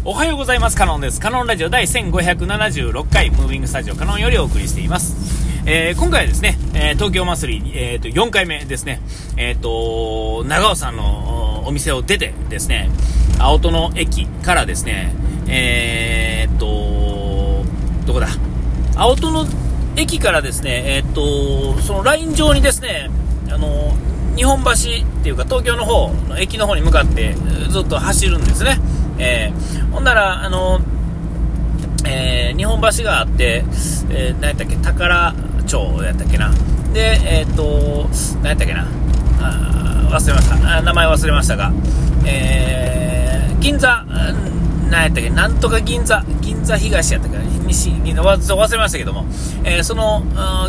おはようございます。カノンです。カノンラジオ第1576回ムービングスタジオカノンよりお送りしています。今回はですね、東京祭り、4回目ですね。長尾さんのお店を出てですね、青戸の駅からですね、どこだ、青戸の駅からですね、そのライン上にですね、日本橋っていうか東京の方の駅の方に向かってずっと走るんですね。ほんなら日本橋があって、何やったっけ、宝町やったっけな。で何やったっけな、忘れました。名前忘れましたが、銀座、何やったっけ、なんとか銀座東やったっけな、西銀座、忘れましたけども、その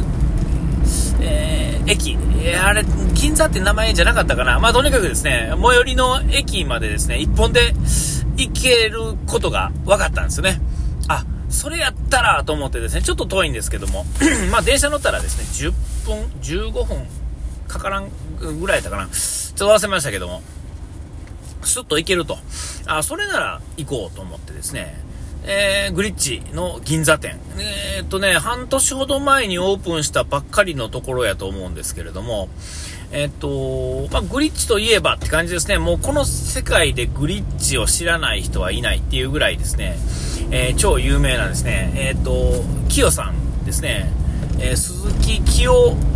駅、あれ銀座って名前じゃなかったかな。まあとにかくですね、最寄りの駅までですね、一本で行けることが分かったんですよね。あ、それやったらと思ってですね、ちょっと遠いんですけどもまあ電車乗ったらですね、10分15分かからんぐらいだったかな、ちょっと忘れましたけども、スッと行けると、それなら行こうと思ってですね、グリッチの銀座店、半年ほど前にオープンしたばっかりのところやと思うんですけれども、グリッチといえばって感じですね。もうこの世界でグリッチを知らない人はいないっていうぐらいですね、超有名なですね、清さんですね、鈴木清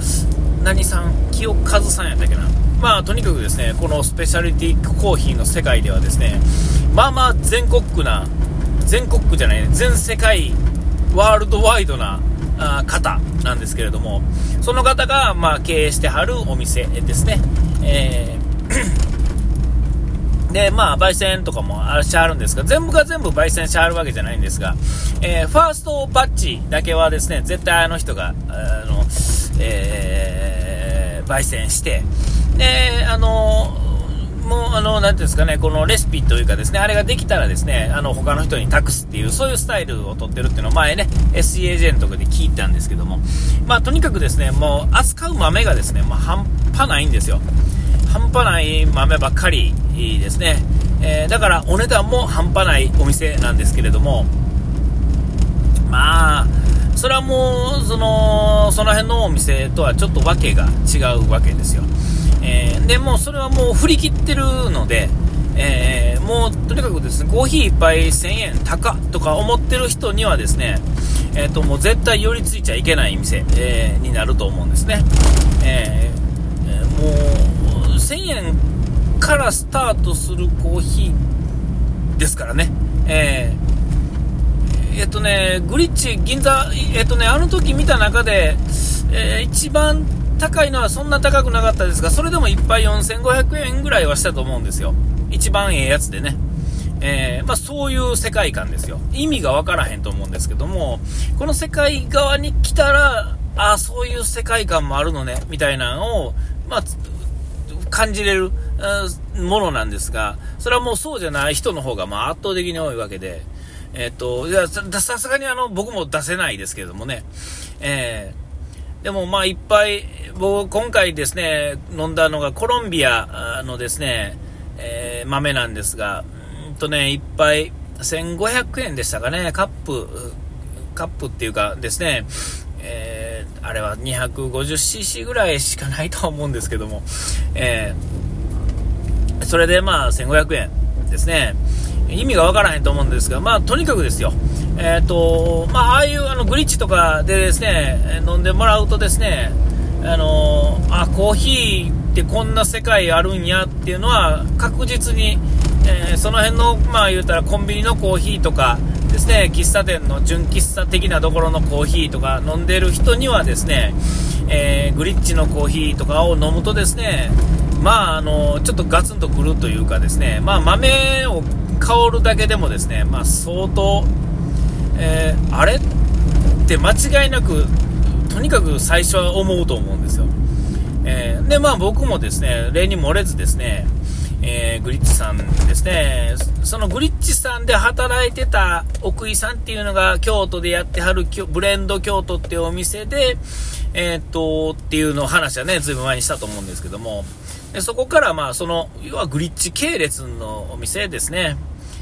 和さんやったっけな。まあとにかくですね、このスペシャリティコーヒーの世界ではですね、全世界ワールドワイドな方なんですけれども、その方が経営してはるお店ですね。で焙煎とかもしてはるんですが、全部が全部焙煎してはるわけじゃないんですが、ファーストバッジだけはですね、絶対あの人が焙煎して、でもうなんていうんですかね、このレシピというかですね、あれができたらですね、他の人に託すっていう、そういうスタイルを取ってるっていうのを前ね SC エージェントで聞いたんですけども、とにかくですね、もう扱う豆がですね、半端ないんですよ。半端ない豆ばっかりですね。だからお値段も半端ないお店なんですけれども、それはもうその辺のお店とはちょっとわけが違うわけですよ。でもうそれはもう振り切ってるので、もうとにかくですね、コーヒー一杯1000円高とか思ってる人にはですね、もう絶対寄りついちゃいけない店、になると思うんですね。もう1000円からスタートするコーヒーですからね。グリッチ銀座、あの時見た中で、一番高いのはそんな高くなかったですが、それでも1杯4500円ぐらいはしたと思うんですよ。一番ええやつでね。そういう世界観ですよ。意味がわからへんと思うんですけども、この世界側に来たら、そういう世界観もあるのねみたいなのを感じれるものなんですが、それはもうそうじゃない人の方が圧倒的に多いわけで、さすがに僕も出せないですけどもね。でもいっぱい、僕今回ですね飲んだのがコロンビアのですね、豆なんですが、いっぱい1500円でしたかね。カップっていうかですね、あれは 250cc ぐらいしかないと思うんですけども、それで1500円ですね。意味がわからへんと思うんですが、とにかくですよ、ああいうグリッチとかでですね飲んでもらうとですね、コーヒーってこんな世界あるんやっていうのは確実に、その辺の言うたらコンビニのコーヒーとかですね、喫茶店の純喫茶的なところのコーヒーとか飲んでる人にはですね、グリッチのコーヒーとかを飲むとですね、ちょっとガツンとくるというかですね、豆を香るだけでもですね、相当、あれって間違いなくとにかく最初は思うと思うんですよ。で僕もですね、例に漏れずですね、グリッチさんですね、そのグリッチさんで働いてた奥井さんっていうのが京都でやってはるブレンド京都っていうお店でっていうのを話はねずいぶん前にしたと思うんですけども、でそこから要はグリッチ系列のお店ですね、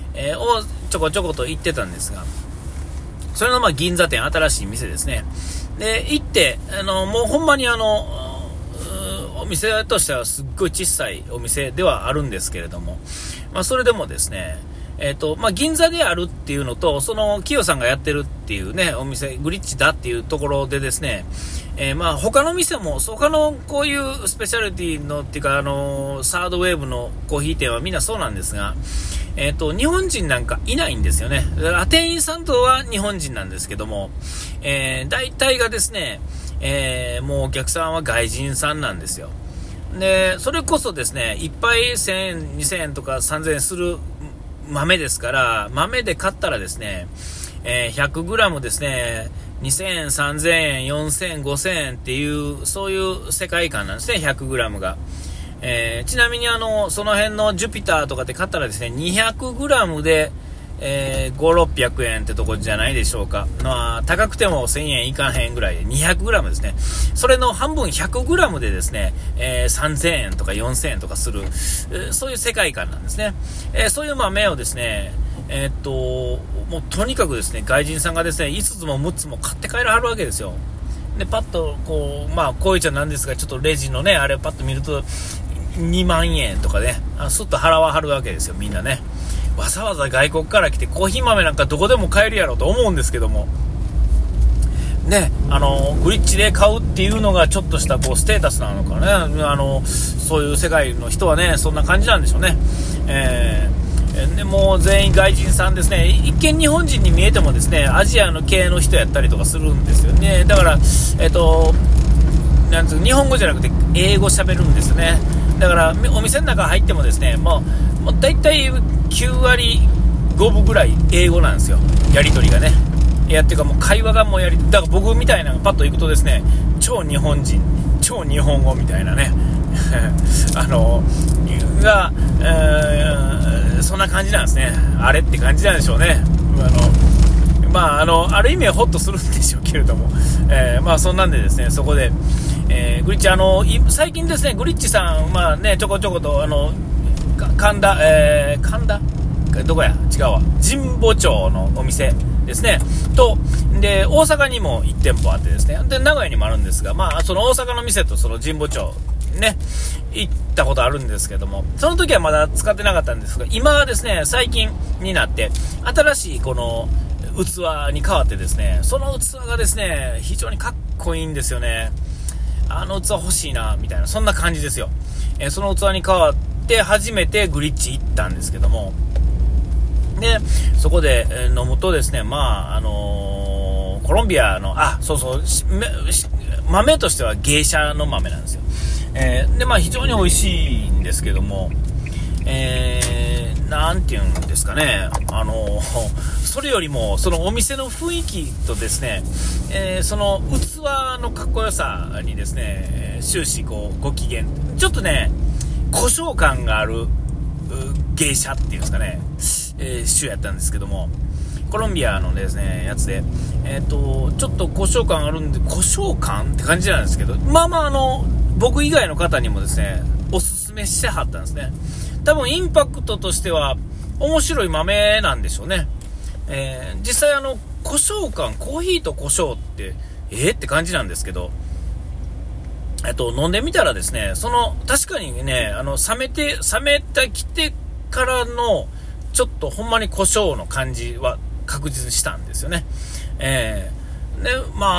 をちょこちょこと行ってたんですが、それの銀座店、新しい店ですね。で、行って、もうほんまにお店としてはすっごい小さいお店ではあるんですけれども、それでもですね、銀座であるっていうのと、そのキヨさんがやってるっていうね、お店、グリッチだっていうところでですね、他の店も、他のこういうスペシャリティのっていうか、サードウェーブのコーヒー店はみんなそうなんですが、日本人なんかいないんですよね。だから店員さんとは日本人なんですけども、大体がですね、もうお客さんは外人さんなんですよ。で、それこそですね、いっぱい1000円、2000円とか3000円する豆ですから、豆で買ったらですね、100g ですね、2000円、3000円、4000円、5000円っていう、そういう世界観なんですね、100g が。ちなみにその辺のジュピターとかで買ったらですね、200g で、5、600円ってとこじゃないでしょうか。高くても1000円いかへんぐらいで 200g ですね。それの半分 100g でですね、3000円とか4000円とかする、そういう世界観なんですね。そういう豆をですね、もうとにかくですね、外人さんがですね、5つも6つも買って帰らはるわけですよ。で、パッとこう、こういうちゃなんですが、ちょっとレジのね、あれをパッと見ると、2万円とかね、スッと払わはるわけですよ、みんなね。わざわざ外国から来てコーヒー豆なんかどこでも買えるやろうと思うんですけどもね、グリッチで買うっていうのがちょっとしたこうステータスなのかね。そういう世界の人はね、そんな感じなんでしょうね。でもう全員外人さんですね。一見日本人に見えてもですね、アジアの系の人やったりとかするんですよね。だからなんつう日本語じゃなくて英語喋るんですよね。だからお店の中入ってもですね、もうだいたい9割5分ぐらい英語なんですよ、やり取りがね。っていうかもう会話がもうだから僕みたいなのがパッと行くとですね、超日本人超日本語みたいなねが、そんな感じなんですね。あれって感じなんでしょうね。ある意味はホッとするんでしょうけれども、そんなんでですね、そこで、グリッチ最近ですね、グリッチさんちょこちょこと神田どこや違うわ神保町のお店ですねとで大阪にも1店舗あってですね、で名古屋にもあるんですが、その大阪の店とその神保町ね行ったことあるんですけども、その時はまだ使ってなかったんですが、今はですね最近になって新しいこの器に変わってですね、その器がですね非常にかっこいいんですよね。器欲しいなみたいな、そんな感じですよ。その器に変わって初めてグリッチ行ったんですけども、でそこで飲むとですね、コロンビアの豆としては芸者の豆なんですよ。で非常に美味しいんですけども、なんていうんですかね、それよりもそのお店の雰囲気とですね、その器のかっこよさにですね、終始こうご機嫌、ちょっとね故障感がある芸者っていうんですかね、種やったんですけども、コロンビアのですねやつで、ちょっと故障感あるんで、故障感って感じなんですけど、僕以外の方にもですねおすすめしてはったんですね。多分インパクトとしては面白い豆なんでしょうね。実際胡椒感、コーヒーと胡椒ってって感じなんですけど、飲んでみたらですね、確かにね、冷めてきてからのちょっとほんまに胡椒の感じは確実にしたんですよね。で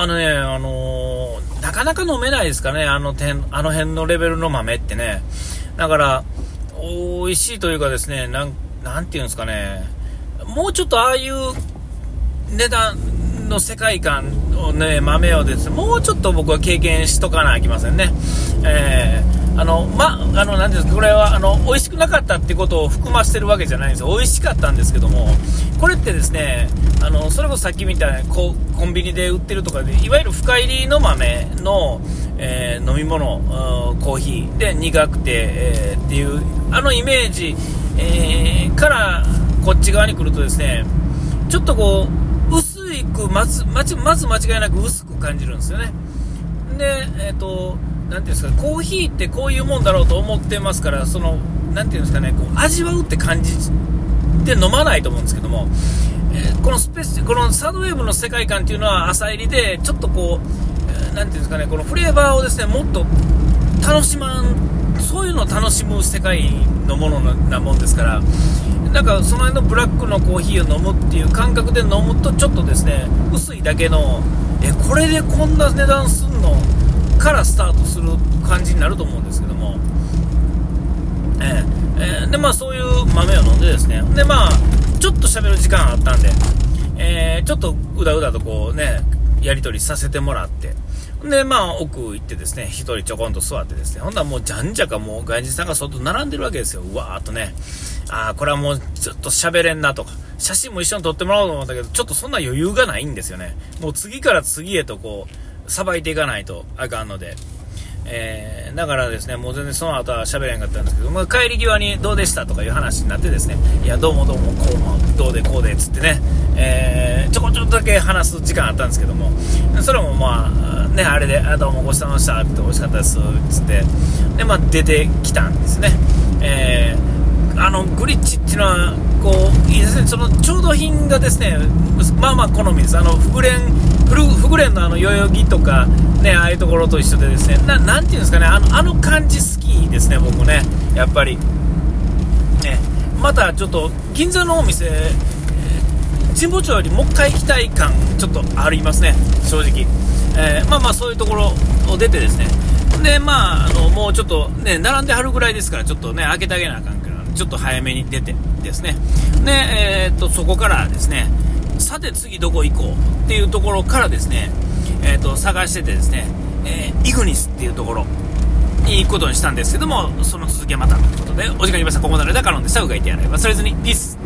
なかなか飲めないですかね、あの辺のレベルの豆ってね。だから美味しいというかですね、なんていうんですかね、もうちょっとああいう値段の世界観をね、豆をですね、もうちょっと僕は経験しとかなきゃいけませんね。なんですか、これは美味しくなかったってことを含ませてるわけじゃないんですよ。美味しかったんですけども、これってですね、それこそさっきみたいなコンビニで売ってるとかで、いわゆる深入りの豆の、飲み物、コーヒーで苦くて、っていうイメージ、からこっち側に来るとですね、ちょっとこう薄くまず間違いなく薄く感じるんですよね。でなんていうんですか、コーヒーってこういうもんだろうと思ってますから、なんていうんですかね、こう味わうって感じで飲まないと思うんですけども、このサードウェーブの世界観っていうのは浅入りで、ちょっとこう、なんていうんですかね、このフレーバーをですね、もっとそういうのを楽しむ世界のものなもんですから、なんかその辺のブラックのコーヒーを飲むっていう感覚で飲むと、ちょっとですね、薄いだけの、これでこんな値段すんのからスタートする感じになると思うんですけども、でまあそういう豆を飲んでですね、でまあちょっと喋る時間あったんで、ちょっとうだうだとこうね、やり取りさせてもらって、でまあ奥行ってですね、一人ちょこんと座ってですね、ほんならもうじゃんじゃかもう外人さんが外並んでるわけですよ。うわーっとね、これはもうちょっと喋れんなとか、写真も一緒に撮ってもらおうと思ったけど、ちょっとそんな余裕がないんですよね。もう次から次へとこうさばいていかないとあかんので、だからですね、もう全然その後は喋れんかったんですけど、帰り際にどうでしたとかいう話になってですね、いやどうもこうもどうでこうでっつってね、ちょっとだけ話す時間あったんですけども、それもまあね、あれでどうもごちそうさまでしたって、美味しかったですっつって、でまあ出てきたんですね。グリッチっていうのはこういいですね、その調度品がですね、まあまあ好みです。フグレンの代々木とかね、ああいうところと一緒でですね、なんていうんですかね、あの感じ好きですね、僕ね、やっぱりね。またちょっと銀座のお店、神保町よりもう一回行きたい感ちょっとありますね、正直。まあまあそういうところを出てですね、でまあもうちょっとね、並んではるぐらいですから、ちょっとね開けてあげなあかんから、ちょっと早めに出てですね、でそこからですね、さて次どこ行こうっていうところからですね、探しててですね、イグニスっていうところに行くことにしたんですけども、その続きはまたということで、お時間になりました。ここまでの間から飲んでした。うがいてやられ忘れずに。ピース。